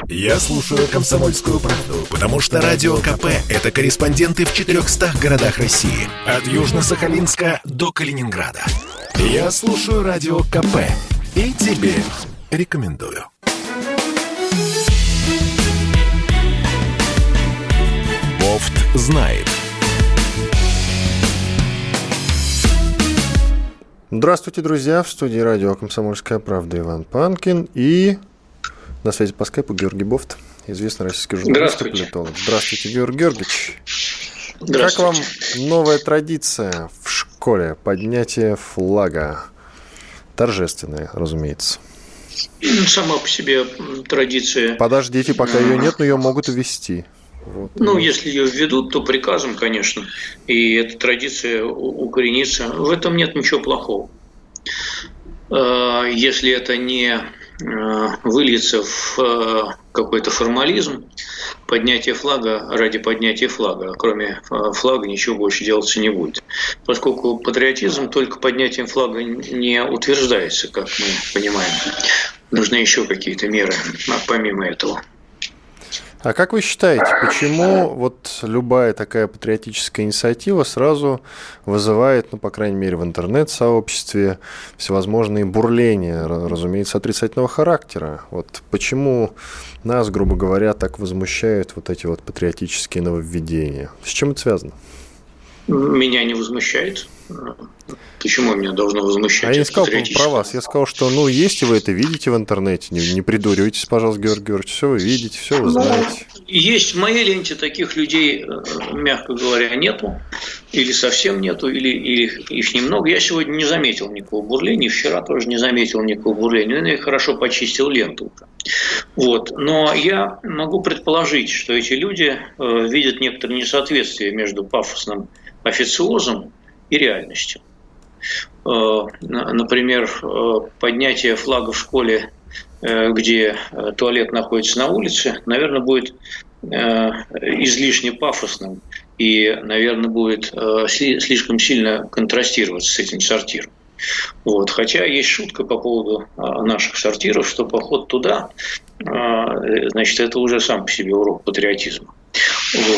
Я слушаю «Комсомольскую правду», потому что Радио КП – это корреспонденты в 400 городах России. От Южно-Сахалинска до Калининграда. Я слушаю Радио КП и тебе рекомендую. Бофт знает. Здравствуйте, друзья! В студии радио «Комсомольская правда» Иван Панкин и на связи по скайпу Георгий Бофт, известный российский журналист и политолог. Здравствуйте, Георгий Георгиевич. Как вам новая традиция в школе? Поднятие флага. Торжественная, разумеется. Сама по себе традиция. Подождите, пока ее нет, но ее могут ввести. Вот. Ну, если ее введут, то приказом, конечно, и эта традиция укоренится. В этом нет ничего плохого. Если это не выльется в какой-то формализм, поднятие флага ради поднятия флага, кроме флага ничего больше делаться не будет. Поскольку патриотизм только поднятием флага не утверждается, как мы понимаем. Нужны еще какие-то меры помимо этого. А как вы считаете, почему вот любая такая патриотическая инициатива сразу вызывает, ну, по крайней мере, в интернет-сообществе всевозможные бурления, разумеется, отрицательного характера? Вот почему нас, грубо говоря, так возмущают вот эти вот патриотические нововведения? С чем это связано? Меня не возмущает. Почему меня должно возмущать? А я не сказал про вас. Я сказал, что, ну, если вы это видите в интернете, не придуривайтесь, пожалуйста, Георгий Георгиевич, все вы видите, все вы знаете. Есть в моей ленте таких людей, мягко говоря, нету, или совсем нету, или их немного. Я сегодня не заметил никакого бурления, вчера тоже не заметил никакого бурления, но я хорошо почистил ленту. Вот. Но я могу предположить, что эти люди видят некоторое несоответствие между пафосным официозом и реальностью. Например, поднятие флага в школе, где туалет находится на улице, наверное, будет излишне пафосным и, наверное, будет слишком сильно контрастировать с этим сортиром. Вот. Хотя есть шутка по поводу наших сортиров, что поход туда, значит, это уже сам по себе урок патриотизма. Вот.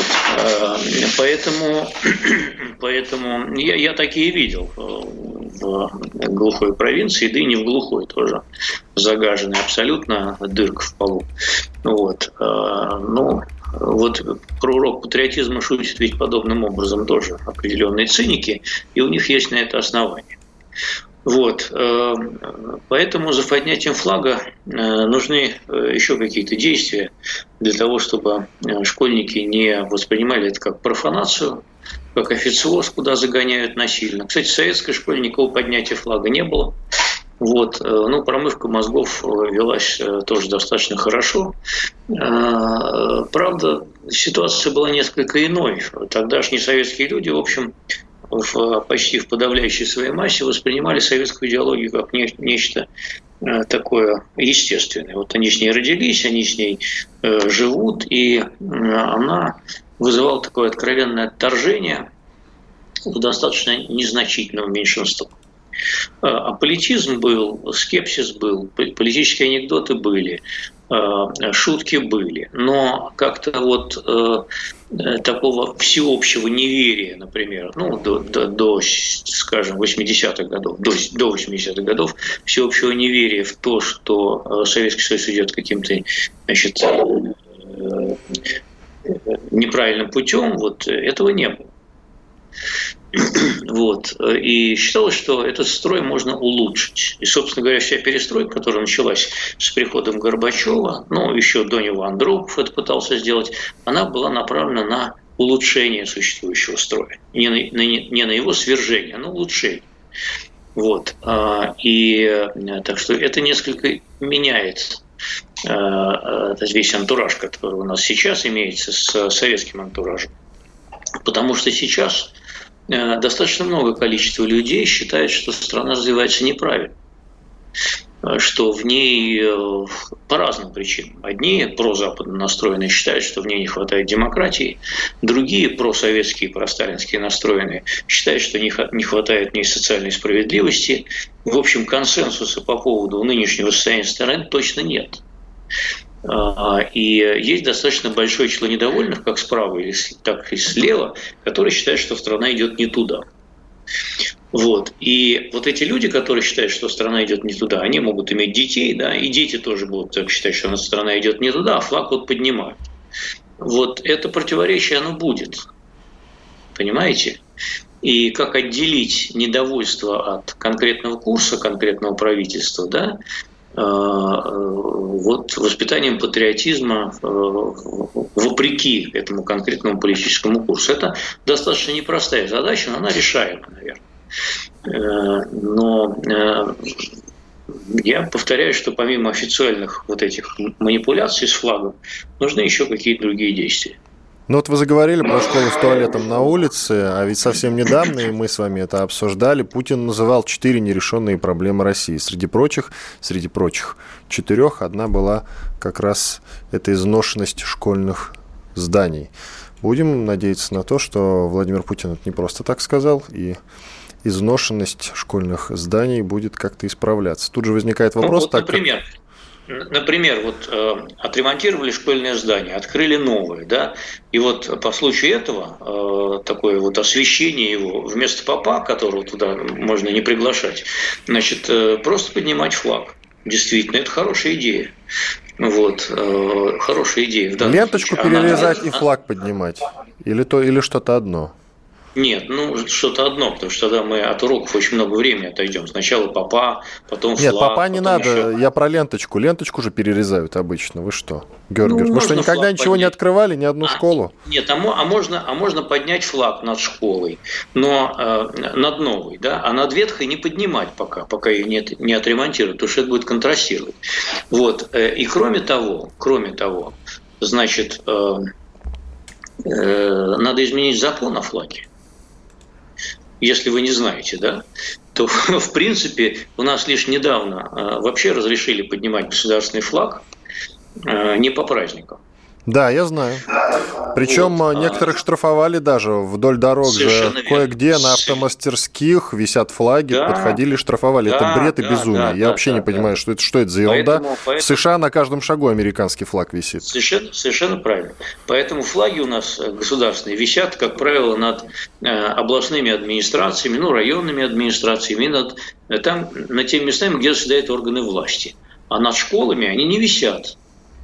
Поэтому я такие видел в глухой провинции, да и не в глухой тоже, загаженный абсолютно, дырка в полу. Вот. Ну, вот про урок патриотизма шутят ведь подобным образом тоже определенные циники, и у них есть на это основание. Вот. Поэтому за поднятием флага нужны еще какие-то действия для того, чтобы школьники не воспринимали это как профанацию, как официоз, куда загоняют насильно. Кстати, в советской школе никакого поднятия флага не было. Вот. Ну, промывка мозгов велась тоже достаточно хорошо. Правда, ситуация была несколько иной. Тогдашние советские люди, в общем, почти в подавляющей своей массе воспринимали советскую идеологию как нечто такое естественное. Вот они с ней родились, они с ней живут, и она вызывала такое откровенное отторжение у достаточно незначительного меньшинства. Аполитизм был, скепсис был, политические анекдоты были, шутки были, но как-то вот такого всеобщего неверия, например, ну, до скажем, 80-х годов, до 80-х годов, всеобщего неверия в то, что Советский Союз идет каким-то, значит, неправильным путем, вот этого не было. Вот. И считалось, что этот строй можно улучшить. И, собственно говоря, вся перестройка, которая началась с приходом Горбачева, ну, еще до него Андропов это пытался сделать, она была направлена на улучшение существующего строя. Не на его свержение, а на улучшение. Вот. И так что это несколько меняет весь антураж, который у нас сейчас имеется с советским антуражем. Потому что сейчас достаточно много количества людей считает, что страна развивается неправильно, что в ней по разным причинам. Одни прозападно настроенные считают, что в ней не хватает демократии, другие просоветские, просталинские настроенные считают, что не хватает в ней социальной справедливости. В общем, консенсуса по поводу нынешнего состояния страны точно нет. И есть достаточно большое число недовольных, как справа, так и слева, которые считают, что страна идет не туда. Вот. И вот эти люди, которые считают, что страна идет не туда, они могут иметь детей, да, и дети тоже будут так считать, что страна идет не туда, а флаг вот поднимают. Вот это противоречие, оно будет. Понимаете? И как отделить недовольство от конкретного курса, конкретного правительства, да, вот воспитанием патриотизма вопреки этому конкретному политическому курсу. Это достаточно непростая задача, но она решаема, наверное. Но я повторяю, что помимо официальных вот этих манипуляций с флагом, нужны еще какие-то другие действия. Ну вот вы заговорили про школу с туалетом на улице, а ведь совсем недавно, и мы с вами это обсуждали, Путин называл 4 нерешенные проблемы России. Среди прочих 4, одна была как раз эта изношенность школьных зданий. Будем надеяться на то, что Владимир Путин это не просто так сказал, и изношенность школьных зданий будет как-то исправляться. Тут же возникает вопрос... Вот, например, вот отремонтировали школьное здание, открыли новое, да, и вот по случаю этого такое вот освещение его, вместо попа, которого туда можно не приглашать, значит, просто поднимать флаг. Действительно, это хорошая идея. Вот, хорошая идея. Ленточку перерезать и флаг поднимать? Или что-то одно? Нет, что-то одно, потому что тогда мы от уроков очень много времени отойдем. Сначала попа, потом флаг. Нет, попа не надо, еще... я про ленточку. Ленточку же перерезают обычно. Вы что, Георгий? Вы что, никогда ничего поднять. Не открывали, ни одну школу? Нет, можно поднять флаг над школой, но над новой, да, а над ветхой не поднимать пока ее не отремонтируют, потому что это будет контрастировать. Вот, и кроме того, значит, надо изменить закон о флаге. Если вы не знаете, да, то, в принципе, у нас лишь недавно вообще разрешили поднимать государственный флаг не по праздникам. Да, я знаю. Причем вот, некоторых штрафовали даже вдоль дорог же. Кое-где на автомастерских висят флаги, подходили, штрафовали. Это бред и безумие. Я вообще не понимаю, что это за ерунда. В США на каждом шагу американский флаг висит. Совершенно правильно. Поэтому флаги у нас государственные висят, как правило, над областными администрациями, районными администрациями, над теми местами, где заседают органы власти. А над школами они не висят.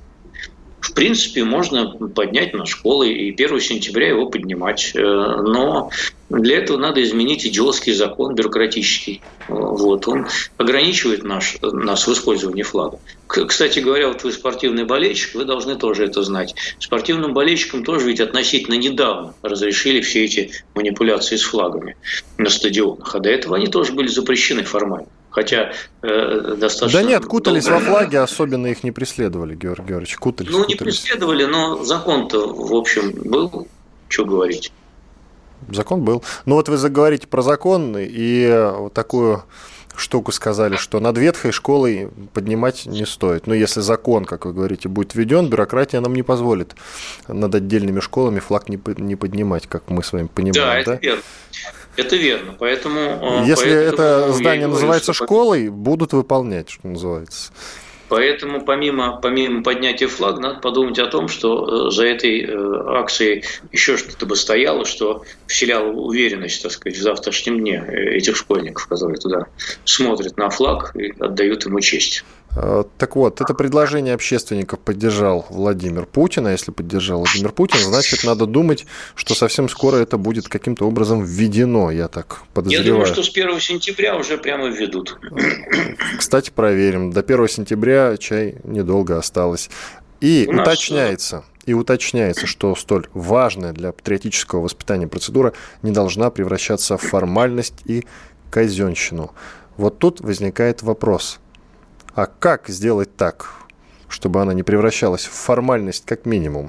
В принципе, можно поднять над школой и 1 сентября его поднимать. Но для этого надо изменить идиотский закон бюрократический. Вот. Он ограничивает нас в использовании флага. Кстати говоря, вот вы спортивный болельщик, вы должны тоже это знать. Спортивным болельщикам тоже ведь относительно недавно разрешили все эти манипуляции с флагами на стадионах. А до этого они тоже были запрещены формально. Хотя достаточно... Да нет, кутались во флаге, особенно их не преследовали, Георгий Георгиевич, кутались. Не преследовали, но закон-то, в общем, был, что говорить. Закон был. Ну вот вы заговорите про закон, и вот такую штуку сказали, что над ветхой школой поднимать не стоит. Но если закон, как вы говорите, будет введен, бюрократия нам не позволит над отдельными школами флаг не поднимать, как мы с вами понимаем. Да, это верно. Это верно, поэтому... Если это здание называется школой, будут выполнять, что называется. Поэтому помимо поднятия флага, надо подумать о том, что за этой акцией еще что-то бы стояло, что вселяло уверенность, так сказать, в завтрашнем дне этих школьников, которые туда смотрят на флаг и отдают ему честь. Так вот, это предложение общественников поддержал Владимир Путин, а если поддержал Владимир Путин, значит, надо думать, что совсем скоро это будет каким-то образом введено, я так подозреваю. Я думаю, что с 1 сентября уже прямо введут. Кстати, проверим. До 1 сентября чай недолго осталось. И уточняется, что столь важная для патриотического воспитания процедура не должна превращаться в формальность и казенщину. Вот тут возникает вопрос. А как сделать так, чтобы она не превращалась в формальность как минимум?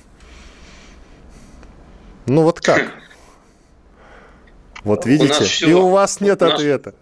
Ну вот как? Вот видите, и у вас нет ответа.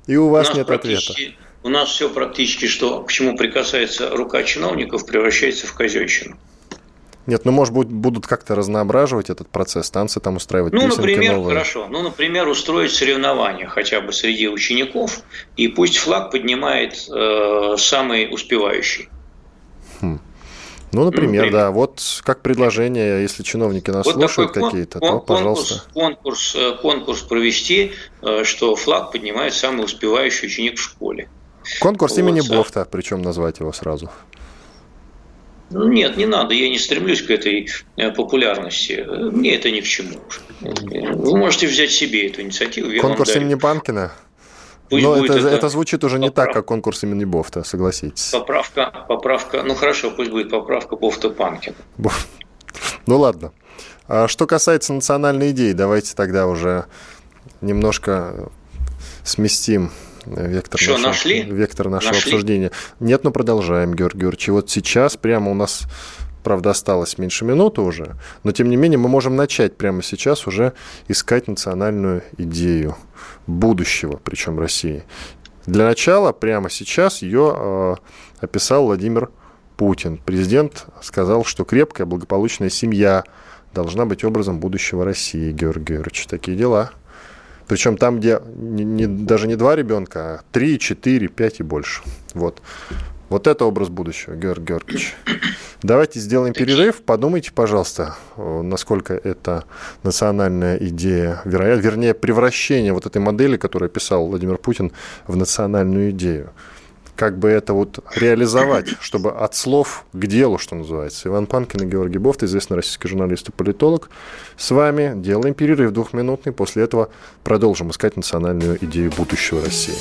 У нас все практически, что к чему прикасается рука чиновников, превращается в казенщину. Нет, может быть, будут как-то разноображивать этот процесс, танцы там устраивать, песенки например, новые. Хорошо. Например, устроить соревнования хотя бы среди учеников, и пусть флаг поднимает самый успевающий. Ну, например, да. Вот как предложение, если чиновники нас слушают какие-то, то, пожалуйста. Конкурс провести, что флаг поднимает самый успевающий ученик в школе. Конкурс имени Бофта, причем назвать его сразу. Нет, не надо, я не стремлюсь к этой популярности. Мне это ни к чему. Вы можете взять себе эту инициативу. Конкурс имени Панкина? Но это звучит уже не так, как конкурс имени Бофта, согласитесь. Поправка, ну хорошо, пусть будет поправка Бофта-Панкина. Ну ладно. А что касается национальной идеи, давайте тогда уже немножко сместим вектор нашего обсуждения. Нет, но продолжаем, Георгий Георгиевич. И вот сейчас прямо у нас, правда, осталось меньше минуты уже, но тем не менее мы можем начать прямо сейчас уже искать национальную идею будущего, причем России. Для начала прямо сейчас ее описал Владимир Путин. Президент сказал, что крепкая, благополучная семья должна быть образом будущего России. Георгий Георгиевич, такие дела. Причем там, где даже не 2 ребенка, а 3, 4, 5 и больше. Вот это образ будущего, Георгий Георгиевич. Давайте сделаем перерыв. Подумайте, пожалуйста, насколько это национальная идея, вернее, превращение вот этой модели, которую описал Владимир Путин, в национальную идею. Как бы это вот реализовать, чтобы от слов к делу, что называется. Иван Панкин и Георгий Бофт, известный российский журналист и политолог. С вами делаем перерыв 2-минутный. После этого продолжим искать национальную идею будущего России.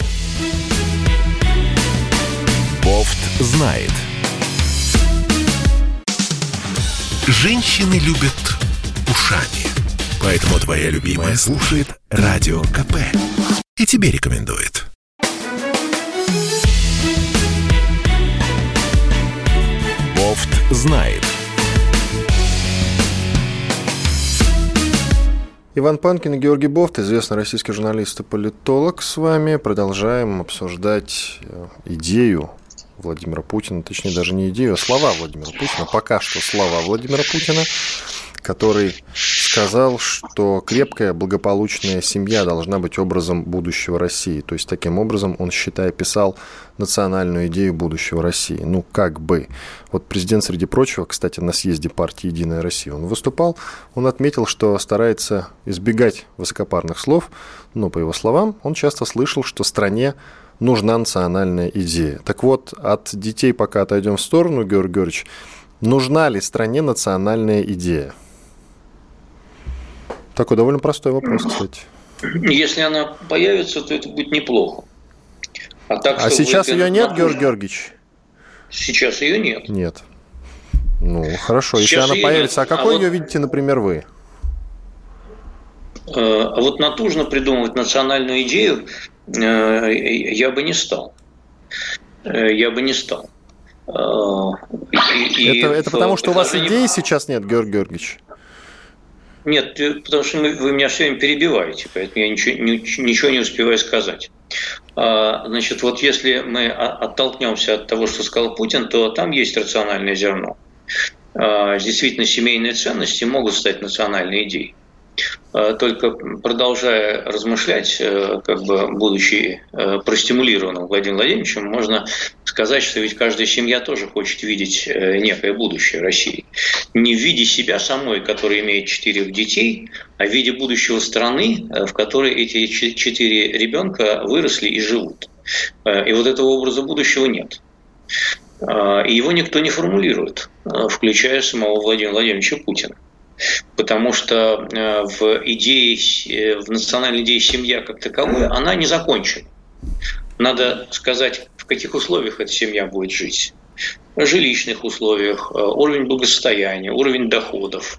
Бофт знает. Женщины любят ушами. Поэтому твоя любимая слушает Радио КП. И тебе рекомендует. Бофт знает. Иван Панкин и Георгий Бофт, известный российский журналист и политолог. С вами продолжаем обсуждать идею Владимира Путина, точнее даже не идею, а слова Владимира Путина, пока что слова Владимира Путина, который сказал, что крепкая, благополучная семья должна быть образом будущего России. То есть, таким образом, он, писал национальную идею будущего России. Ну, как бы. Вот президент, среди прочего, кстати, на съезде партии «Единая Россия» он выступал, он отметил, что старается избегать высокопарных слов, но, по его словам, он часто слышал, что стране нужна национальная идея. Так вот, от детей пока отойдем в сторону, Георгий Георгиевич, нужна ли стране национальная идея? Такой довольно простой вопрос, кстати. Если она появится, то это будет неплохо. А сейчас ее нет, Георгий Георгиевич? Сейчас ее нет. Нет. Ну, хорошо. Сейчас если она появится, нет. А какой ее видите, например, вы? А вот натужно придумывать национальную идею я бы не стал. Это потому, что у вас идей сейчас нет, Георгий Георгиевич? Нет, потому что вы меня все время перебиваете, поэтому я ничего не успеваю сказать. Значит, вот если мы оттолкнемся от того, что сказал Путин, то там есть рациональное зерно. Действительно, семейные ценности могут стать национальной идеей. Только продолжая размышлять, будучи простимулированным Владимиром Владимировичем, можно сказать, что ведь каждая семья тоже хочет видеть некое будущее России. Не в виде себя самой, которая имеет 4 детей, а в виде будущего страны, в которой эти 4 ребенка выросли и живут. И вот этого образа будущего нет. И его никто не формулирует, включая самого Владимира Владимировича Путина. Потому что в национальной идее семья как таковая, она не закончена. Надо сказать, в каких условиях эта семья будет жить. В жилищных условиях, уровень благосостояния, уровень доходов,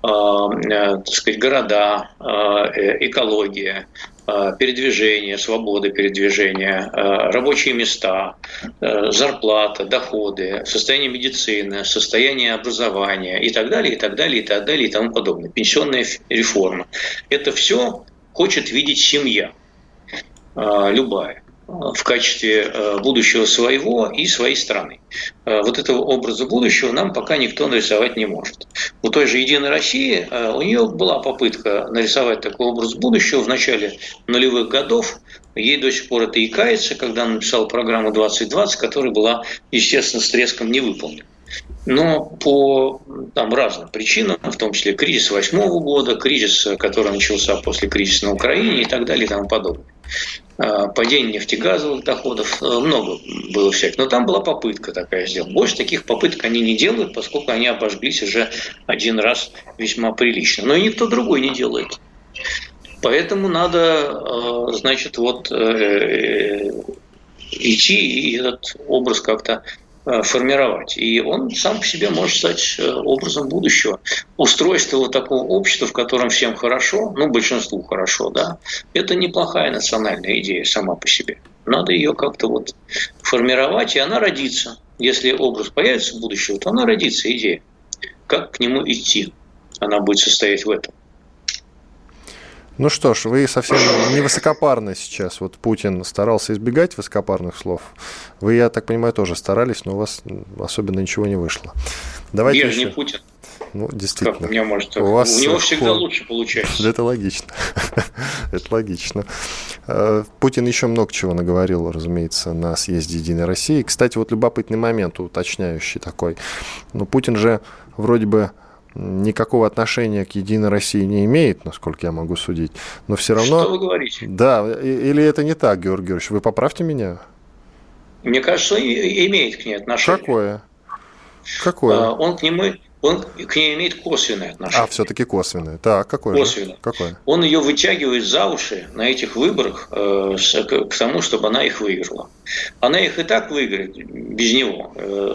города, экология, передвижение, свобода передвижения, рабочие места, зарплата, доходы, состояние медицины, состояние образования и так далее, и так далее, и так далее, и тому подобное. Пенсионная реформа. Это все хочет видеть семья, любая, в качестве будущего своего и своей страны. Вот этого образа будущего нам пока никто нарисовать не может. У той же «Единой России» у нее была попытка нарисовать такой образ будущего в начале нулевых годов. Ей до сих пор это и кается, когда она написала программу 2020, которая была, естественно, с треском не выполнена. Но по разным причинам, в том числе кризис 2008 года, кризис, который начался после кризиса на Украине и так далее и тому подобное. Падение нефтегазовых доходов, много было всяких. Но там была попытка такая сделать. Больше таких попыток они не делают, поскольку они обожглись уже один раз весьма прилично. Но и никто другой не делает. Поэтому надо, идти и этот образ как-то формировать. И он сам по себе может стать образом будущего. Устройство такого общества, в котором всем хорошо, большинству хорошо, да, это неплохая национальная идея сама по себе. Надо ее как-то формировать, и она родится. Если образ появится будущего, то она родится, идея. Как к нему идти? Она будет состоять в этом. Ну что ж, вы совсем не высокопарны сейчас. Путин старался избегать высокопарных слов. Вы, я так понимаю, тоже старались, но у вас особенно ничего не вышло. Давайте я же не Путин. Действительно. Как у меня может... У него всегда лучше получается. Это логично. Это логично. Путин еще много чего наговорил, разумеется, на съезде «Единой России». Кстати, любопытный момент, уточняющий такой. Путин же вроде бы никакого отношения к «Единой России» не имеет, насколько я могу судить. Но все равно... Что вы говорите? Да, или это не так, Георгий Георгиевич? Вы поправьте меня. Мне кажется, он имеет к ней отношение. Какое? Он к ней имеет косвенное отношение. Все-таки косвенное. Так, какое? Косвенное. Какое? Он ее вытягивает за уши на этих выборах к тому, чтобы она их выиграла. Она их и так выиграет без него,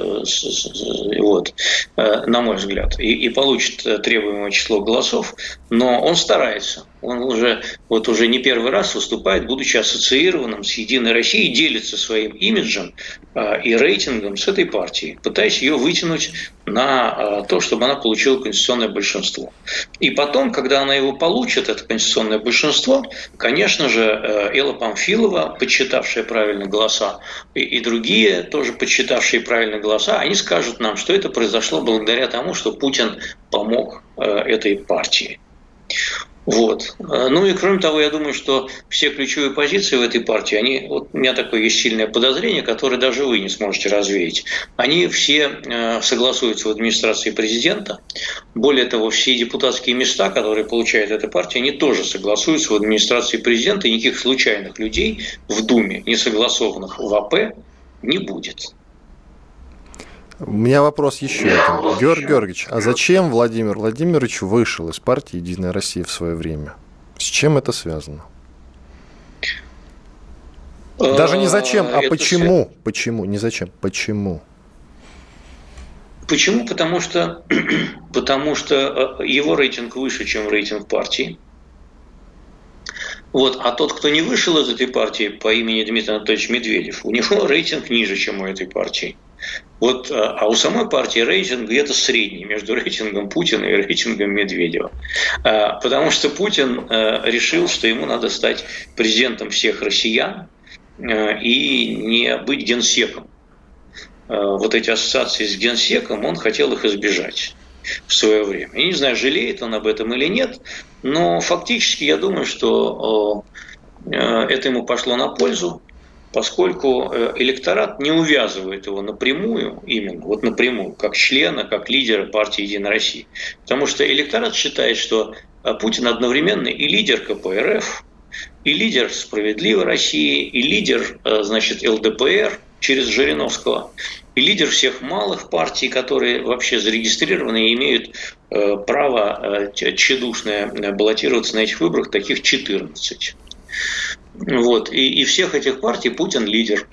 на мой взгляд, и получит требуемое число голосов, но он старается. Он уже не первый раз выступает, будучи ассоциированным с «Единой Россией», делится своим имиджем и рейтингом с этой партией, пытаясь ее вытянуть на то, чтобы она получила конституционное большинство. И потом, когда она его получит, это конституционное большинство, конечно же, Элла Памфилова, подсчитавшая правильно голоса, и другие, тоже подсчитавшие правильно голоса, они скажут нам, что это произошло благодаря тому, что Путин помог этой партии. И кроме того, я думаю, что все ключевые позиции в этой партии, у меня такое есть сильное подозрение, которое даже вы не сможете развеять. Они все согласуются в администрации президента. Более того, все депутатские места, которые получает эта партия, они тоже согласуются в администрации президента, и никаких случайных людей в Думе, не согласованных в АП, не будет. У меня вопрос еще один. Георгий Георгиевич, а зачем Владимир Владимирович вышел из партии «Единая Россия» в свое время? С чем это связано? Даже не зачем, а почему? Почему? Не зачем. Почему? Почему? Потому что его рейтинг выше, чем рейтинг партии. А тот, кто не вышел из этой партии по имени Дмитрий Анатольевич Медведев, у него рейтинг ниже, чем у этой партии. А у самой партии рейтинг где-то средний между рейтингом Путина и рейтингом Медведева. Потому что Путин решил, что ему надо стать президентом всех россиян и не быть генсеком. Эти ассоциации с генсеком, он хотел их избежать в свое время. Я не знаю, жалеет он об этом или нет, но фактически я думаю, что это ему пошло на пользу, поскольку электорат не увязывает его напрямую, напрямую, как члена, как лидера партии «Единая Россия». Потому что электорат считает, что Путин одновременно и лидер КПРФ, и лидер «Справедливой России», и лидер, ЛДПР через Жириновского, и лидер всех малых партий, которые вообще зарегистрированы и имеют право тщедушное баллотироваться на этих выборах, таких 14. И всех этих партий Путин лидер.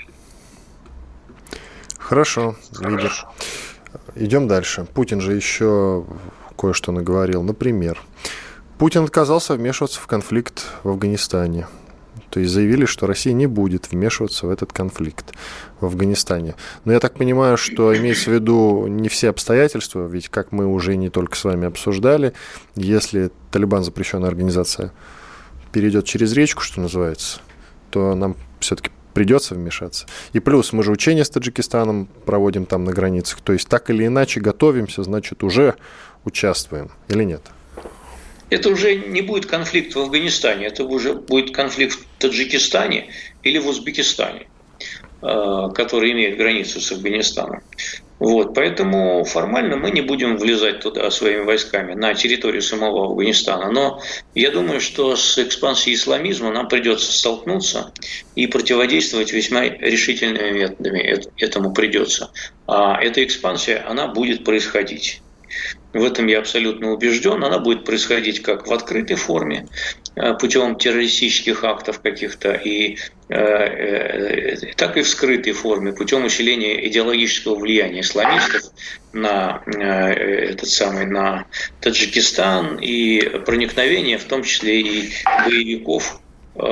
Хорошо, лидер. Идем дальше. Путин же еще кое-что наговорил. Например, Путин отказался вмешиваться в конфликт в Афганистане. То есть заявили, что Россия не будет вмешиваться в этот конфликт в Афганистане. Но я так понимаю, что имеется в виду не все обстоятельства, ведь, как мы уже не только с вами обсуждали, если Талибан, запрещенная организация, перейдет через речку, что называется, то нам все-таки придется вмешаться. И плюс мы же учения с Таджикистаном проводим там на границах. То есть так или иначе готовимся, значит, уже участвуем или нет? Это уже не будет конфликт в Афганистане, это уже будет конфликт в Таджикистане или в Узбекистане. который имеет границу с Афганистаном. Вот, поэтому формально мы не будем влезать туда своими войсками на территорию самого Афганистана. Но я думаю, что с экспансией исламизма нам придется столкнуться и противодействовать весьма решительными методами. Этому придется. А эта экспансия, она будет происходить. В этом я абсолютно убежден. Она будет происходить как в открытой форме, путем террористических актов каких-то, так и в скрытой форме, путем усиления идеологического влияния исламистов на на Таджикистан и проникновения, в том числе и боевиков,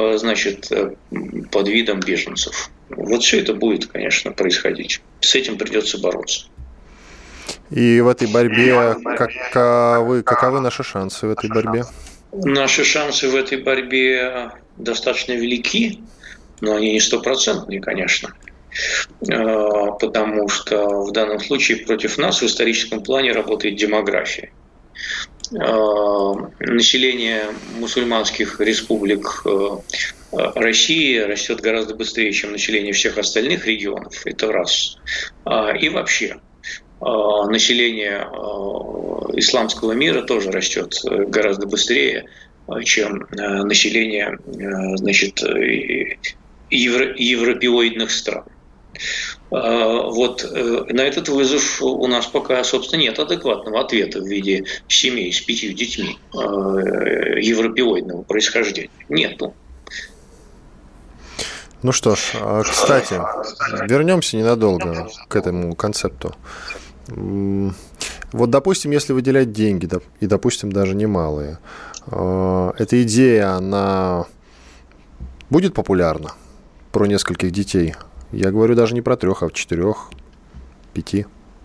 под видом беженцев. Вот все это будет, конечно, происходить. С этим придется бороться. И в этой борьбе каковы наши шансы в этой борьбе? Наши шансы в этой борьбе достаточно велики, но они не стопроцентные, конечно. Потому что в данном случае против нас в историческом плане работает демография. Население мусульманских республик России растет гораздо быстрее, чем население всех остальных регионов. Это раз. И вообще. Население исламского мира тоже растет гораздо быстрее, чем население, европеоидных стран. Вот на этот вызов у нас пока, собственно, нет адекватного ответа в виде семей с 5 детьми европеоидного происхождения. Нету. Ну что ж, кстати, вернемся ненадолго к этому концепту. Вот, допустим, если выделять деньги, и, допустим, даже немалые, эта идея, она будет популярна про нескольких детей? Я говорю даже не про 3, а 4, 5.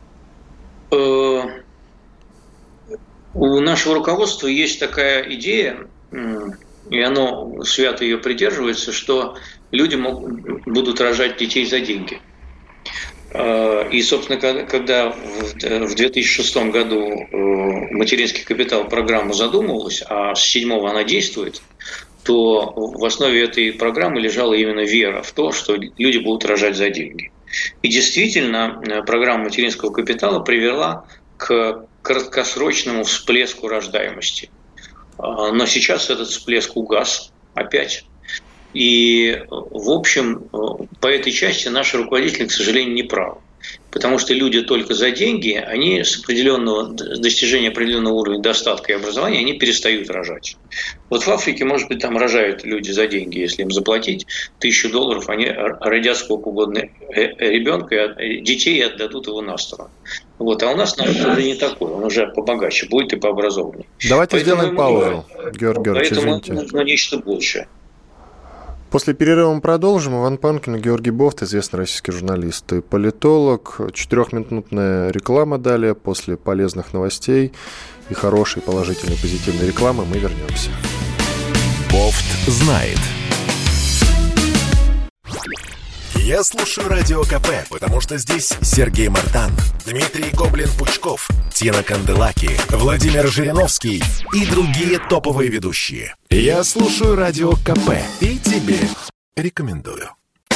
У нашего руководства есть такая идея, и оно свято ее придерживается, что люди будут рожать детей за деньги. И, собственно, когда в 2006 году материнский капитал программа задумывалась, а с 2007 она действует, то в основе этой программы лежала именно вера в то, что люди будут рожать за деньги. И действительно, программа материнского капитала привела к краткосрочному всплеску рождаемости. Но сейчас этот всплеск угас опять. И, в общем, по этой части наши руководители, к сожалению, не правы. Потому что люди только за деньги, они с достижения определенного уровня достатка и образования, они перестают рожать. Вот в Африке, может быть, там рожают люди за деньги, если им заплатить $1000, они родят сколько угодно ребенка, детей, и отдадут его на сторону. Вот. А у нас народ уже не такой, он уже побогаче будет и пообразованнее. Давайте сделаем паузу, Георгий Георгиевич, поэтому извините. нужно нечто большее. После перерыва мы продолжим. Иван Панкин и Георгий Бофт, известный российский журналист и политолог. 4-минутная реклама далее. После полезных новостей и хорошей, положительной, позитивной рекламы мы вернемся. Бофт знает. Я слушаю Радио КП, потому что здесь Сергей Мартан, Дмитрий Гоблин-Пучков, Тина Канделаки, Владимир Жириновский и другие топовые ведущие. Я слушаю Радио КП и тебе рекомендую.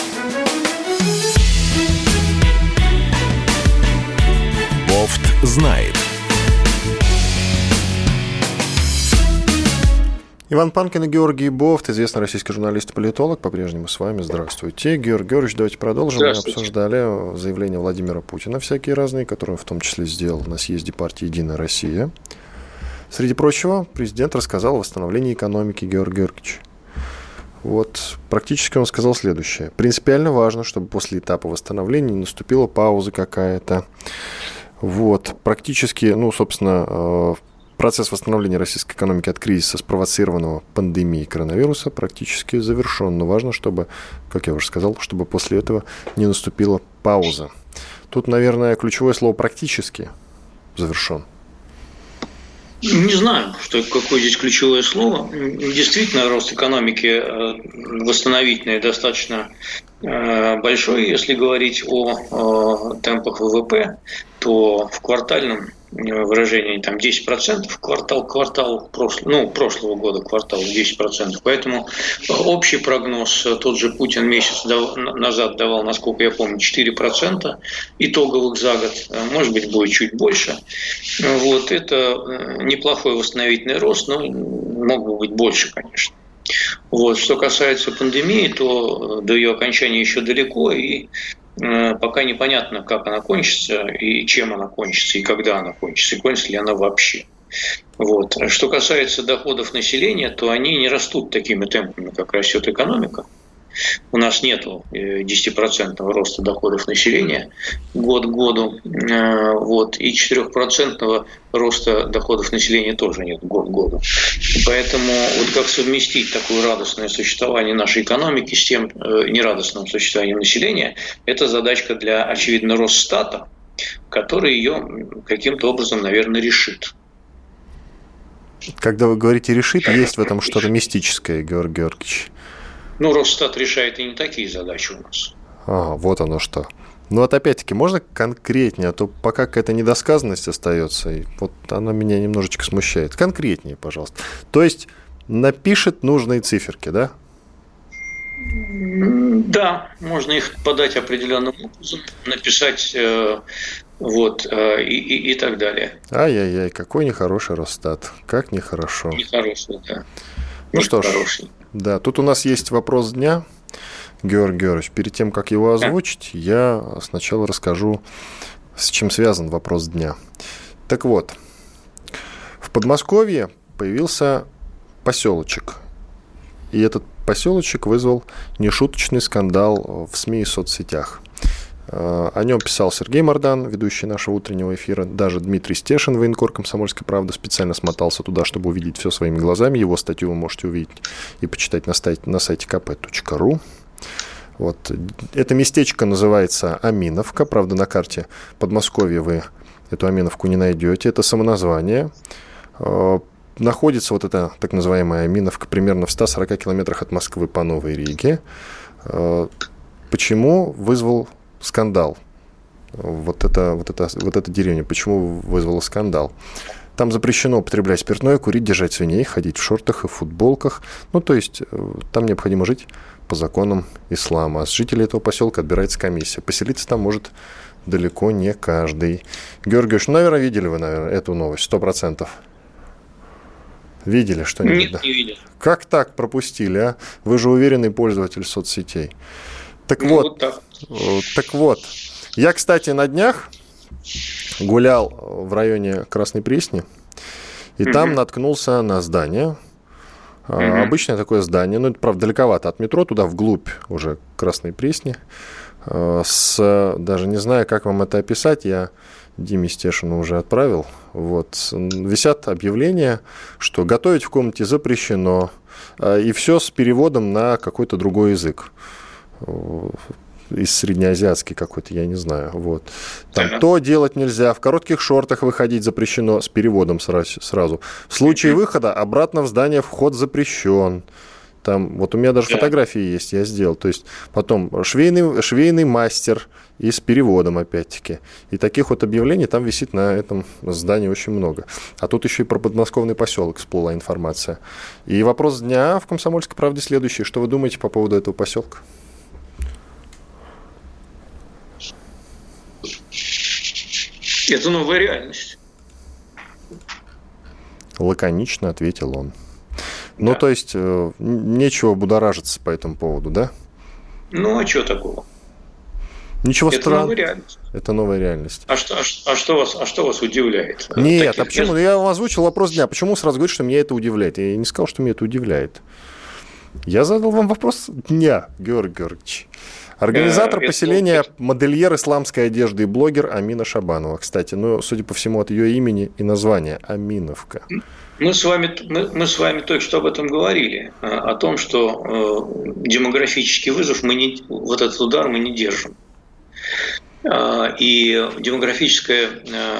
Бофт знает. Иван Панкин и Георгий Бофт, известный российский журналист и политолог, по-прежнему с вами. Здравствуйте. Георгий Георгиевич, давайте продолжим. Мы обсуждали заявления Владимира Путина всякие разные, которые он в том числе сделал на съезде партии «Единая Россия». Среди прочего, президент рассказал о восстановлении экономики, Георгий Георгиевич. Вот практически он сказал следующее. Принципиально важно, чтобы после этапа восстановления не наступила пауза какая-то. Вот, практически, собственно, процесс восстановления российской экономики от кризиса, спровоцированного пандемией коронавируса, практически завершен. Но важно, чтобы, как я уже сказал, чтобы после этого не наступила пауза. Тут, наверное, ключевое слово «практически» завершен. Не знаю, какое здесь ключевое слово. Действительно, рост экономики восстановительный достаточно большой. Если говорить о темпах ВВП, то в квартальном выражение, там 10% квартал прошлого года, квартал 10%. Поэтому общий прогноз, тот же Путин месяц назад давал, насколько я помню, 4% итоговых за год, может быть, будет чуть больше. Вот, это неплохой восстановительный рост, но мог бы быть больше, конечно. Вот. Что касается пандемии, то до ее окончания еще далеко, и пока непонятно, как она кончится, и чем она кончится, и когда она кончится, и кончится ли она вообще. Вот. Что касается доходов населения, то они не растут такими темпами, как растет экономика. У нас нет 10% роста доходов населения год к году, вот, и 4% роста доходов населения тоже нет год к году. Поэтому вот как совместить такое радостное существование нашей экономики с тем нерадостным существованием населения, это задачка для, очевидно, Росстата, который ее каким-то образом, наверное, решит. Когда вы говорите «решит», есть в этом что-то мистическое, Георгий Георгиевич? Росстат решает и не такие задачи у нас. Вот оно что. Ну вот опять-таки, можно конкретнее, а то пока какая-то недосказанность остается, и вот она меня немножечко смущает. Конкретнее, пожалуйста. То есть напишет нужные циферки, да? Да, можно их подать определенным образом, написать и так далее. Ай-яй-яй, какой нехороший Росстат. Как нехорошо. Нехороший, да. Ну что ж, да, тут у нас есть вопрос дня. Георгий Георгиевич, перед тем, как его озвучить, я сначала расскажу, с чем связан вопрос дня. Так вот, в Подмосковье появился поселочек. И этот поселочек вызвал нешуточный скандал в СМИ и соцсетях. О нем писал Сергей Мордан, ведущий нашего утреннего эфира. Даже Дмитрий Стешин, военкор «Комсомольской правды», специально смотался туда, чтобы увидеть все своими глазами. Его статью вы можете увидеть и почитать на сайте kp.ru. Вот. Это местечко называется Аминовка. Правда, на карте Подмосковья вы эту Аминовку не найдете. Это самоназвание. Находится вот эта так называемая Аминовка примерно в 140 километрах от Москвы по Новой Риге. Почему вызвал скандал вот эта деревня? Почему вызвала скандал? Там запрещено употреблять спиртное, курить, держать свиней, ходить в шортах и футболках. Ну, то есть, там необходимо жить по законам ислама. А с жителей этого поселка отбирается комиссия. Поселиться там может далеко не каждый. Георгий Георгиевич, наверное, видели вы, эту новость, 100%. Видели что-нибудь? Нет, не видел. Как так пропустили, а? Вы же уверенный пользователь соцсетей. Так вот. Я, кстати, на днях гулял в районе Красной Пресни, и там наткнулся на здание. Обычное такое здание, но это, правда, далековато от метро, туда вглубь уже Красной Пресни. Даже не знаю, как вам это описать, я Диме Стешину уже отправил. Вот. Висят объявления, что готовить в комнате запрещено, и все с переводом на какой-то другой язык. Из среднеазиатский какой-то, я не знаю. Вот. Там то делать нельзя, в коротких шортах выходить запрещено, с переводом сразу. В случае выхода обратно в здание вход запрещен. Там, вот у меня даже фотографии есть, я сделал. То есть потом швейный мастер и с переводом опять-таки. И таких вот объявлений там висит на этом здании очень много. А тут еще и про подмосковный поселок всплыла информация. И вопрос дня в «Комсомольской правде» следующий. Что вы думаете по поводу этого поселка? Это новая реальность. Лаконично ответил он. Ну, то есть, нечего будоражиться по этому поводу, да? Ну, а что такого? Ничего странного. Это новая реальность. Это новая реальность. А что вас удивляет? Нет, почему? Я вам озвучил вопрос дня. Почему сразу говорите, что меня это удивляет? Я не сказал, что меня это удивляет. Я задал вам вопрос дня, Георгий Георгиевич. Организатор поселения, модельер исламской одежды и блогер Амина Шабанова. Кстати, судя по всему, от ее имени и названия Аминовка. Мы с вами только что об этом говорили. О том, что демографический вызов, вот этот удар мы не держим. И демографическое,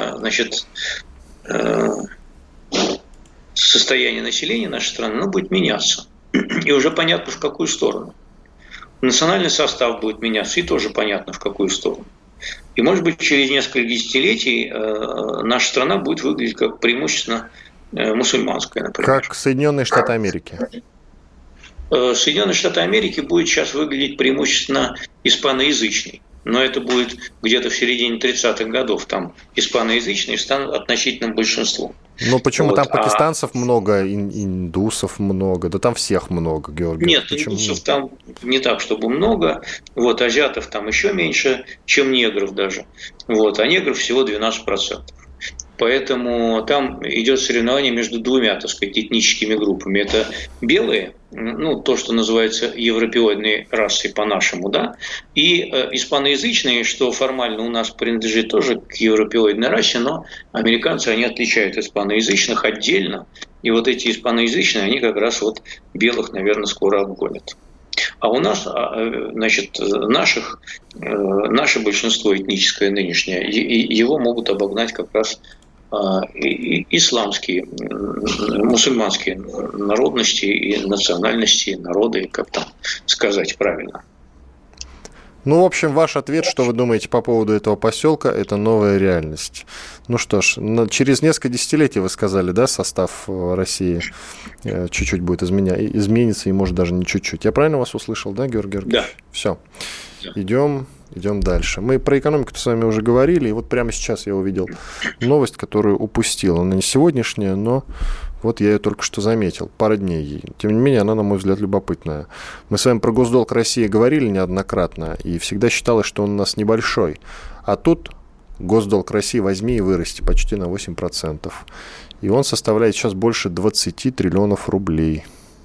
состояние населения нашей страны будет меняться. И уже понятно, в какую сторону. Национальный состав будет меняться, и тоже понятно, в какую сторону. И, может быть, через несколько десятилетий наша страна будет выглядеть как преимущественно мусульманская, например. Как Соединенные Штаты Америки. Соединенные Штаты Америки будет сейчас выглядеть преимущественно испаноязычной. Но это будет где-то в середине 30-х годов. Там испаноязычные станут относительным большинством. Ну почему? Вот. Там пакистанцев много, индусов много, да там всех много, Георгий. Нет, почему? Индусов там не так, чтобы много. Вот, азиатов там еще меньше, чем негров даже. Вот, а негров всего 12%. Поэтому там идет соревнование между двумя, так сказать, этническими группами. Это белые, ну, то, что называется европеоидной расой по-нашему, да, и испаноязычные, что формально у нас принадлежит тоже к европеоидной расе, но американцы, они отличают испаноязычных отдельно, и вот эти испаноязычные, они как раз вот белых, наверное, скоро обгонят. А у нас, значит, наше большинство этническое нынешнее, его могут обогнать как раз исламские, мусульманские народности и национальности, народы, как там сказать правильно. Ну, в общем, ваш ответ, что вы думаете по поводу этого поселка, это новая реальность. Ну что ж, через несколько десятилетий, вы сказали, да, состав России чуть-чуть будет изменится, и может даже не чуть-чуть. Я правильно вас услышал, да, Георгий Георгиевич? Да. Все. Да. Идем дальше. Мы про экономику с вами уже говорили, и вот прямо сейчас я увидел новость, которую упустил. Она не сегодняшняя, но вот я ее только что заметил. Пара дней ей. Тем не менее, она, на мой взгляд, любопытная. Мы с вами про госдолг России говорили неоднократно, и всегда считалось, что он у нас небольшой. А тут госдолг России возьми и вырасти почти на 8%. И он составляет сейчас больше 20 триллионов рублей.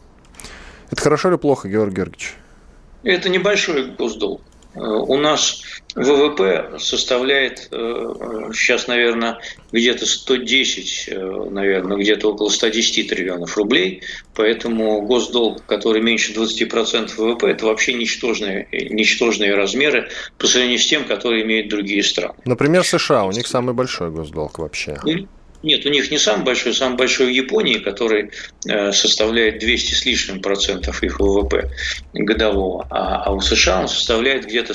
Это хорошо или плохо, Георгий Георгиевич? Это небольшой госдолг. У нас ВВП составляет сейчас, наверное, где-то 110, наверное, где-то около 110 триллионов рублей. Поэтому госдолг, который меньше 20% ВВП, это вообще ничтожные размеры по сравнению с тем, которые имеют другие страны. Например, США, у них самый большой госдолг вообще. Нет, у них не самый большой в Японии, который составляет 200 с лишним процентов их ВВП годового, а у США он составляет где-то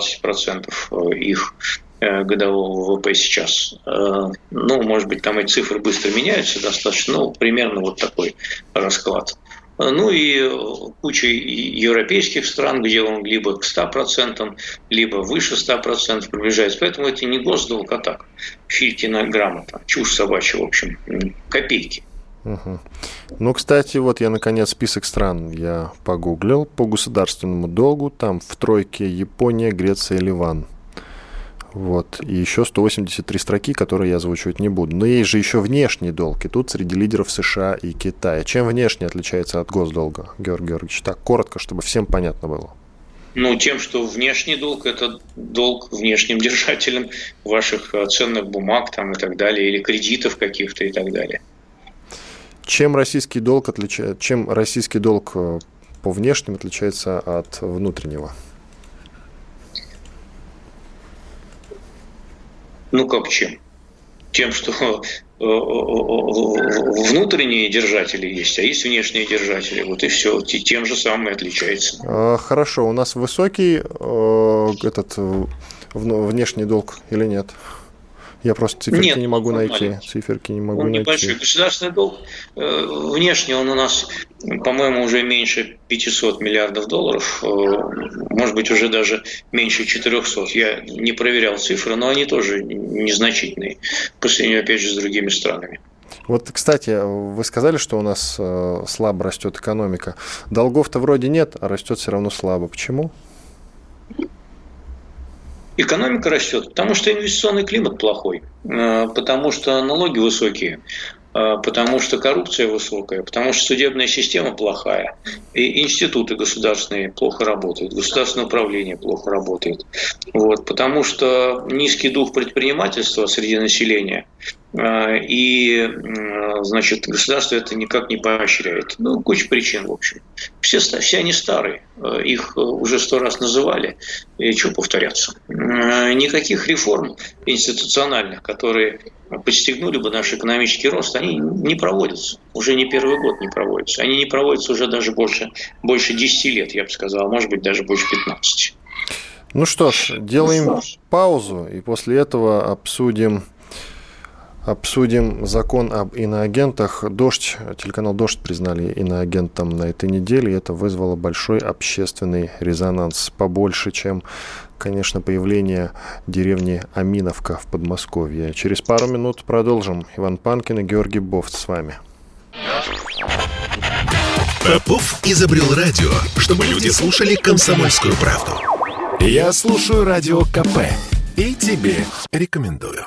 120% их годового ВВП сейчас. Ну, может быть, там эти цифры быстро меняются достаточно, но примерно вот такой расклад. Ну и куча европейских стран, где он либо к 100%, либо выше 100% приближается. Поэтому это не госдолг, а так, Филькина грамота, чушь собачья, в общем, копейки. Угу. Ну, кстати, вот я, наконец, список стран я погуглил по государственному долгу. Там в тройке Япония, Греция, Ливан. Вот. И еще 183 строки, которые я озвучивать не буду. Но есть же еще внешний долг. И тут среди лидеров США и Китая. Чем внешний отличается от госдолга, Георгий Георгиевич? Так, коротко, чтобы всем понятно было. Ну, тем, что внешний долг – это долг внешним держателям ваших ценных бумаг там, и так далее, или кредитов каких-то и так далее. Чем российский долг по внешним отличается от внутреннего? Ну, как чем? Тем, что внутренние держатели есть, а есть внешние держатели. Вот и все. Тем же самым и отличается. Хорошо. У нас высокий внешний долг или нет? Я просто циферки не могу найти. Небольшой государственный долг. Внешне он у нас, по-моему, уже меньше 500 миллиардов долларов. Может быть, уже даже меньше 400. Я не проверял цифры, но они тоже незначительные по сравнению, опять же, с другими странами. Вот, кстати, вы сказали, что у нас слабо растет экономика. Долгов-то вроде нет, а растет все равно слабо. Почему? Экономика растет, потому что инвестиционный климат плохой, потому что налоги высокие, потому что коррупция высокая, потому что судебная система плохая, и институты государственные плохо работают, государственное управление плохо работает. Вот, потому что низкий дух предпринимательства среди населения, и, значит, государство это никак не поощряет. Ну, куча причин, в общем. Все они старые, их уже 100 раз называли, и что повторяться. Никаких реформ институциональных, которые подстегнули бы наш экономический рост, они не проводятся. Уже не первый год не проводятся. Они не проводятся уже даже больше 10 лет, я бы сказал, а может быть даже больше 15. Ну что ж, делаем паузу, и после этого обсудим закон об иноагентах. Телеканал «Дождь» признали иноагентом на этой неделе, и это вызвало большой общественный резонанс. Побольше, чем, конечно, появление деревни Аминовка в Подмосковье. Через пару минут продолжим. Иван Панкин и Георгий Бофт с вами. Попов изобрел радио, чтобы люди слушали «Комсомольскую правду». Я слушаю Радио КП и тебе рекомендую.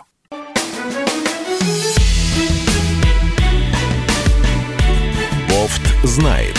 Бофт знает.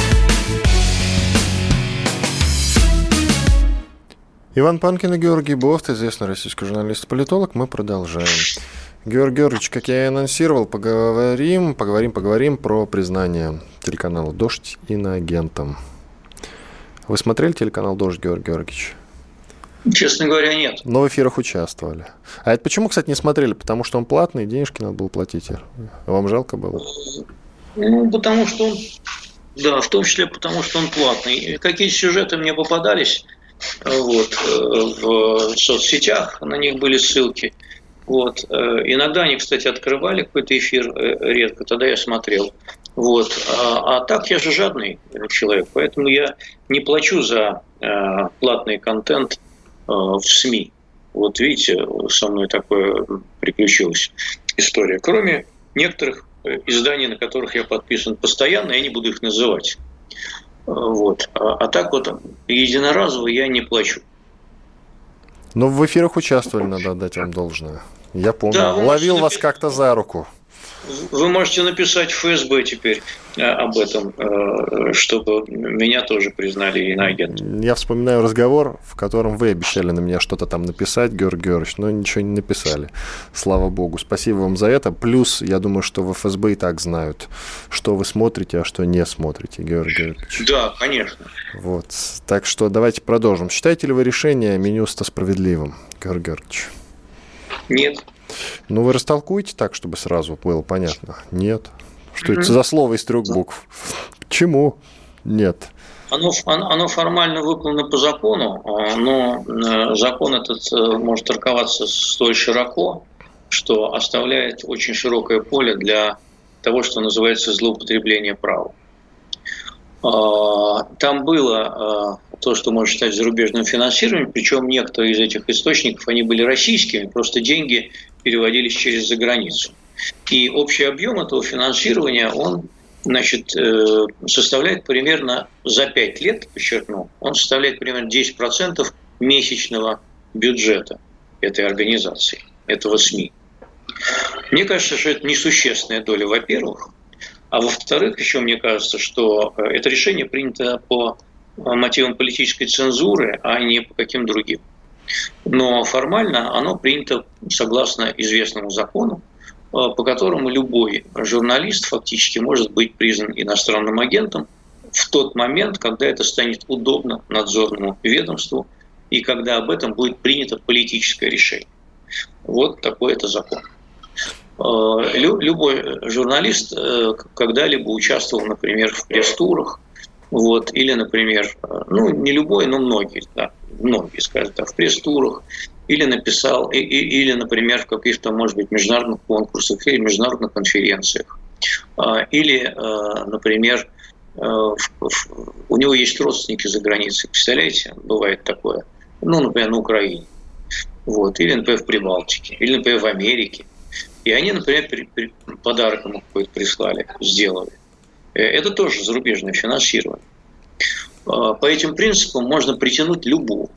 Иван Панкин и Георгий Бофт, известный российский журналист-политолог. Мы продолжаем. Георгий Георгиевич, как я и анонсировал, поговорим про признание телеканала «Дождь» иноагентом. Вы смотрели телеканал «Дождь», Георгий Георгиевич? Честно говоря, нет. Но в эфирах участвовали. А это почему, кстати, не смотрели? Потому что он платный, денежки надо было платить. Вам жалко было? Ну, потому что он... Да, в том числе потому, что он платный. Какие-то сюжеты мне попадались в соцсетях, на них были ссылки. Иногда они, кстати, открывали какой-то эфир редко, тогда я смотрел. А так я же жадный человек, поэтому я не плачу за платный контент в СМИ. Видите, со мной такое приключилась история. Кроме некоторых изданий, на которых я подписан постоянно, я не буду их называть. А так единоразово я не плачу. Но в эфирах участвовали, надо отдать вам должное. Я помню, да, ловил вас как-то за руку. Вы можете написать в ФСБ теперь об этом, чтобы меня тоже признали иноагентом. Я вспоминаю разговор, в котором вы обещали на меня что-то там написать, Георгий Георгиевич, но ничего не написали. Слава богу. Спасибо вам за это. Плюс, я думаю, что в ФСБ и так знают, что вы смотрите, а что не смотрите, Георгий Георгиевич. Да, конечно. Так что давайте продолжим. Считаете ли вы решение Минюста справедливым, Георгий Георгиевич? Нет. Ну, вы растолкуете так, чтобы сразу было понятно? Нет. Что это за слово из 3 букв? Почему? Нет. Оно формально выполнено по закону, но закон этот может трактоваться столь широко, что оставляет очень широкое поле для того, что называется злоупотребление права. Там было то, что можно считать зарубежным финансированием, причем некоторые из этих источников, они были российскими, просто деньги переводились через заграницу. И общий объем этого финансирования, он, составляет примерно за 5 лет, подчеркну, он составляет примерно 10% месячного бюджета этой организации, этого СМИ. Мне кажется, что это несущественная доля, во-первых. А во-вторых, еще мне кажется, что это решение принято по мотивам политической цензуры, а не по каким другим. Но формально оно принято согласно известному закону, по которому любой журналист фактически может быть признан иностранным агентом в тот момент, когда это станет удобно надзорному ведомству и когда об этом будет принято политическое решение. Вот такой это закон. Любой журналист когда-либо участвовал, например, в пресс-турах, или, например, не любой, но многие, скажем так, в пресс-турах, или написал, или, например, в каких-то, может быть, международных конкурсах или международных конференциях, или, например, у него есть родственники за границей, представляете, бывает такое, например, на Украине, или, например, в Прибалтике, или, например, в Америке. И они, например, подарок ему какой-то прислали, сделали. Это тоже зарубежное финансирование. По этим принципам можно притянуть любого.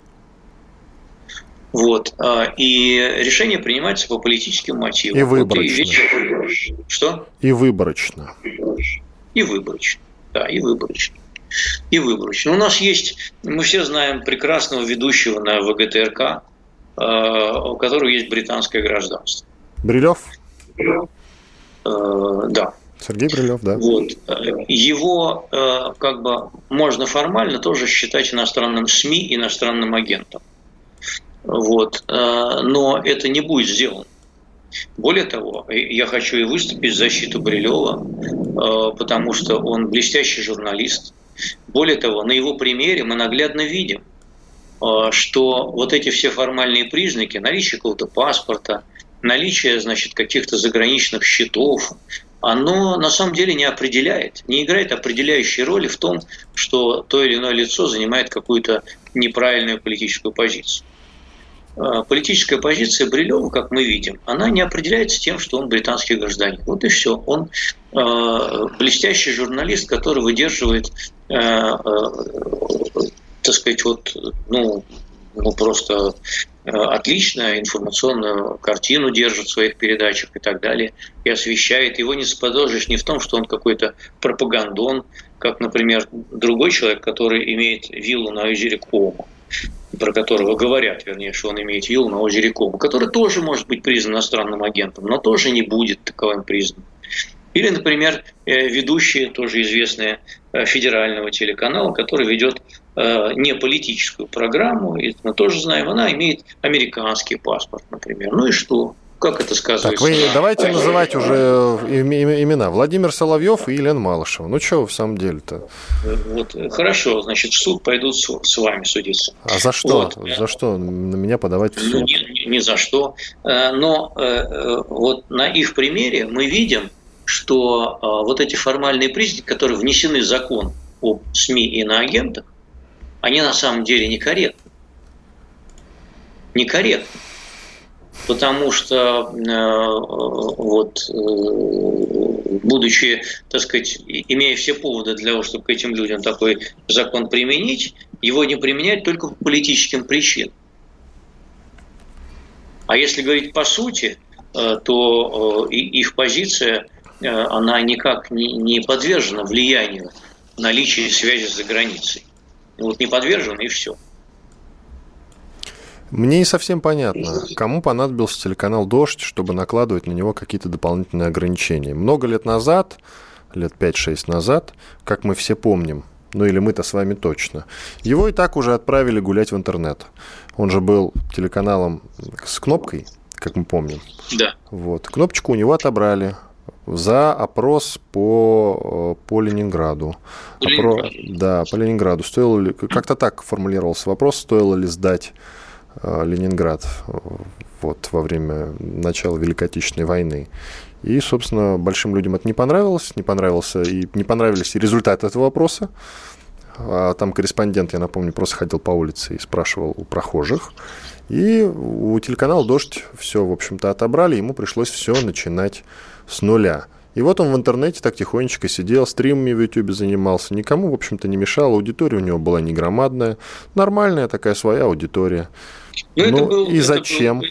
И решение принимается по политическим мотивам. И выборочно. Что? И выборочно. И выборочно. Да, и выборочно. И выборочно. У нас есть, мы все знаем прекрасного ведущего на ВГТРК, у которого есть британское гражданство. Брилев? Да. Сергей Брилев, да. Его можно формально тоже считать иностранным СМИ, иностранным агентом. Но это не будет сделано. Более того, я хочу и выступить в защиту Брилева, потому что он блестящий журналист. Более того, на его примере мы наглядно видим, что вот эти все формальные признаки, наличие какого-то паспорта, наличие, значит, каких-то заграничных счетов, оно на самом деле не определяет, не играет определяющей роли в том, что то или иное лицо занимает какую-то неправильную политическую позицию. Политическая позиция Брилева, как мы видим, она не определяется тем, что он британский гражданин. Вот и все. Он блестящий журналист, который выдерживает, так сказать, просто отлично информационную картину держит в своих передачах и так далее, и освещает. Его не заподозришь ни в том, что он какой-то пропагандон, как, например, другой человек, который имеет виллу на озере Кома, про которого говорят, вернее, что он имеет виллу на озере Кома, который тоже может быть признан иностранным агентом, но тоже не будет таковым признан. Или, например, ведущие, тоже известные, федерального телеканала, который ведет не политическую программу, и мы тоже знаем, она имеет американский паспорт, например. Ну и что? Как это сказывается? Так, вы давайте называть уже имена. Владимир Соловьев и Елена Малышева. Ну, что в самом деле-то? Вот, хорошо, значит, в суд пойдут с вами судиться. А за что? Вот. За что на меня подавать в суд? Ну, ни за что. Но вот на их примере мы видим, что вот эти формальные признаки, которые внесены в закон об СМИ и иноагентах, они на самом деле некорректны. Некорректны. Потому что, будучи, так сказать, имея все поводы для того, чтобы к этим людям такой закон применить, его не применяют только по политическим причинам. А если говорить по сути, то их позиция, она никак не подвержена влиянию наличия связи с заграницей. Вот не подвержена, и все. Мне не совсем понятно, кому понадобился телеканал «Дождь», чтобы накладывать на него какие-то дополнительные ограничения. Много лет назад, лет 5-6 назад, как мы все помним, ну или мы-то с вами точно, его и так уже отправили гулять в интернет. Он же был телеканалом с кнопкой, как мы помним. Да. Вот. Кнопочку у него отобрали за опрос по Ленинграду. Да, по Ленинграду. Стоило ли, как-то так формулировался вопрос, стоило ли сдать Ленинград вот, во время начала Великой Отечественной войны. И, собственно, большим людям это не понравилось и не понравились и результаты этого вопроса. А там корреспондент, я напомню, просто ходил по улице и спрашивал у прохожих. И у телеканала «Дождь» все, в общем-то, отобрали, ему пришлось все начинать с нуля. И вот он в интернете так тихонечко сидел, стримами в Ютубе занимался, никому, в общем-то, не мешал, аудитория у него была не громадная, нормальная такая своя аудитория. Зачем?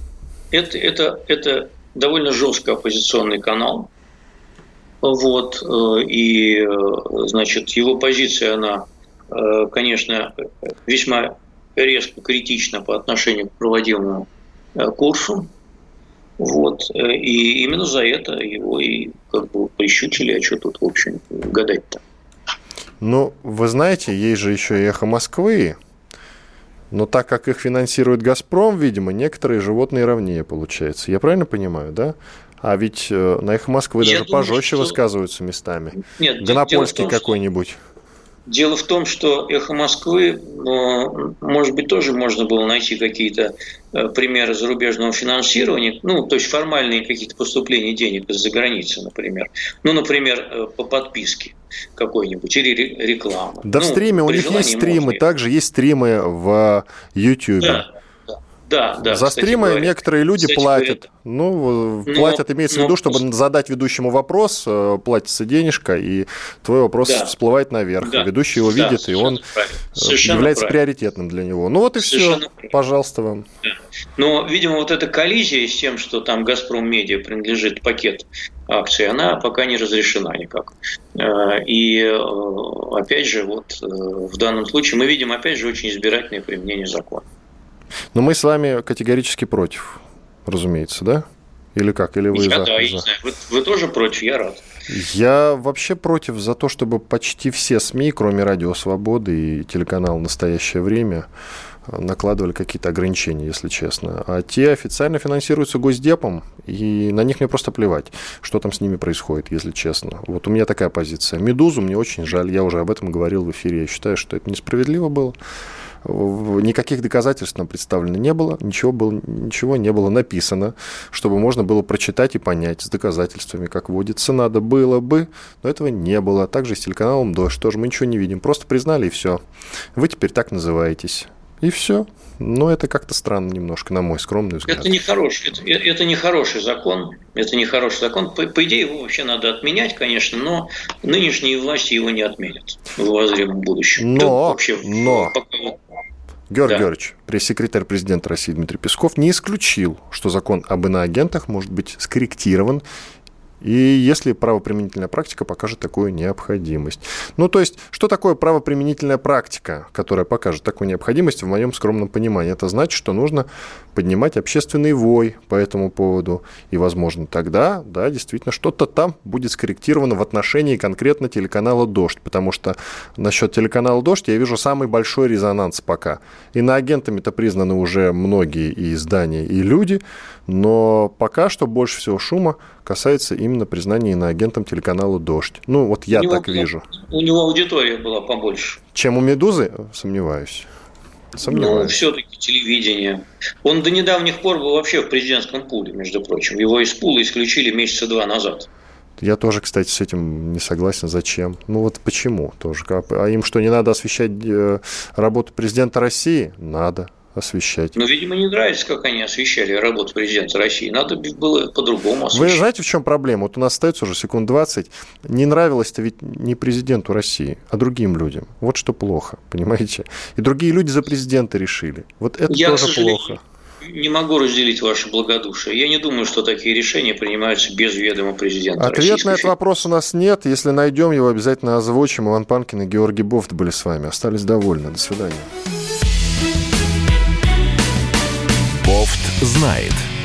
Это довольно жестко оппозиционный канал. Вот, и, значит, его позиция, она, конечно, весьма резко критична по отношению к проводимому курсу. Вот, и именно за это его и как бы прищучили, а что тут, в общем, гадать-то? Ну, вы знаете, есть же еще и «Эхо Москвы», но так как их финансирует «Газпром», видимо, некоторые животные ровнее получается. Я правильно понимаю, да? А ведь на «Эхо Москвы» даже пожестче высказываются местами. Нет, Гонопольский какой-нибудь. Дело в том, что «Эхо Москвы», может быть, тоже можно было найти какие-то примеры зарубежного финансирования, то есть формальные какие-то поступления денег из-за границы, например. Например, по подписке какой-нибудь или рекламы. Да, в стриме, у них есть стримы, также есть стримы в YouTube. Да. За стримы некоторые люди платят. Платят, имеется в виду, чтобы задать ведущему вопрос, платится денежка, и твой вопрос всплывает наверх. Да. Ведущий его видит, и он является приоритетным для него. Ну вот и все. Пожалуйста, вам. Да. Но, видимо, вот эта коллизия с тем, что там «Газпром Медиа» принадлежит пакет акций, она пока не разрешена никак. И, опять же, вот в данном случае мы видим, опять же, очень избирательное применение закона. Но мы с вами категорически против, разумеется, да? Или как? Или вы я не знаю. Вы тоже против, я рад. Я вообще против за то, чтобы почти все СМИ, кроме «Радио Свободы» и телеканала «Настоящее время», накладывали какие-то ограничения, если честно. А те официально финансируются Госдепом, и на них мне просто плевать, что там с ними происходит, если честно. Вот у меня такая позиция. «Медузу» мне очень жаль, я уже об этом говорил в эфире. Я считаю, что это несправедливо было. Никаких доказательств нам представлено не было, ничего не было написано, чтобы можно было прочитать и понять с доказательствами, как водится. Надо было бы, но этого не было. Также с телеканалом «Дождь» тоже мы ничего не видим. Просто признали, и все. Вы теперь так называетесь. И все. Но это как-то странно немножко, на мой скромный взгляд. Это нехороший закон. Это нехороший закон. По идее, его вообще надо отменять, конечно, но нынешние власти его не отменят в обозримом будущем. Но Георгий Георгиевич, пресс-секретарь президента России Дмитрий Песков не исключил, что закон об иноагентах может быть скорректирован, и если правоприменительная практика покажет такую необходимость. Ну, то есть, что такое правоприменительная практика, которая покажет такую необходимость, в моем скромном понимании? Это значит, что нужно поднимать общественный вой по этому поводу, и, возможно, тогда, да, действительно, что-то там будет скорректировано в отношении конкретно телеканала «Дождь», потому что насчет телеканала «Дождь» я вижу самый большой резонанс пока. Иноагентами-то признаны уже многие и издания, и люди, но пока что больше всего шума касается именно признания иноагентом телеканала «Дождь». Ну, вот я так вижу. У него аудитория была побольше. Чем у «Медузы»? Сомневаюсь. Ну, все-таки телевидение. Он до недавних пор был вообще в президентском пуле, между прочим. Его из пула исключили месяца 2 назад. Я тоже, кстати, с этим не согласен. Зачем? Ну вот почему тоже? А им что, не надо освещать работу президента России? Надо освещать. Ну, видимо, не нравится, как они освещали работу президента России. Надо было по-другому освещать. Вы знаете, в чем проблема? Вот у нас остается уже секунд 20. Не нравилось-то ведь не президенту России, а другим людям. Вот что плохо, понимаете? И другие люди за президента решили. Вот это тоже плохо. Не могу разделить ваше благодушие. Я не думаю, что такие решения принимаются без ведома президента России. Ответ на этот вопрос у нас нет. Если найдем его, обязательно озвучим. Иван Панкин и Георгий Бофт были с вами. Остались довольны. До свидания. Бофт знает.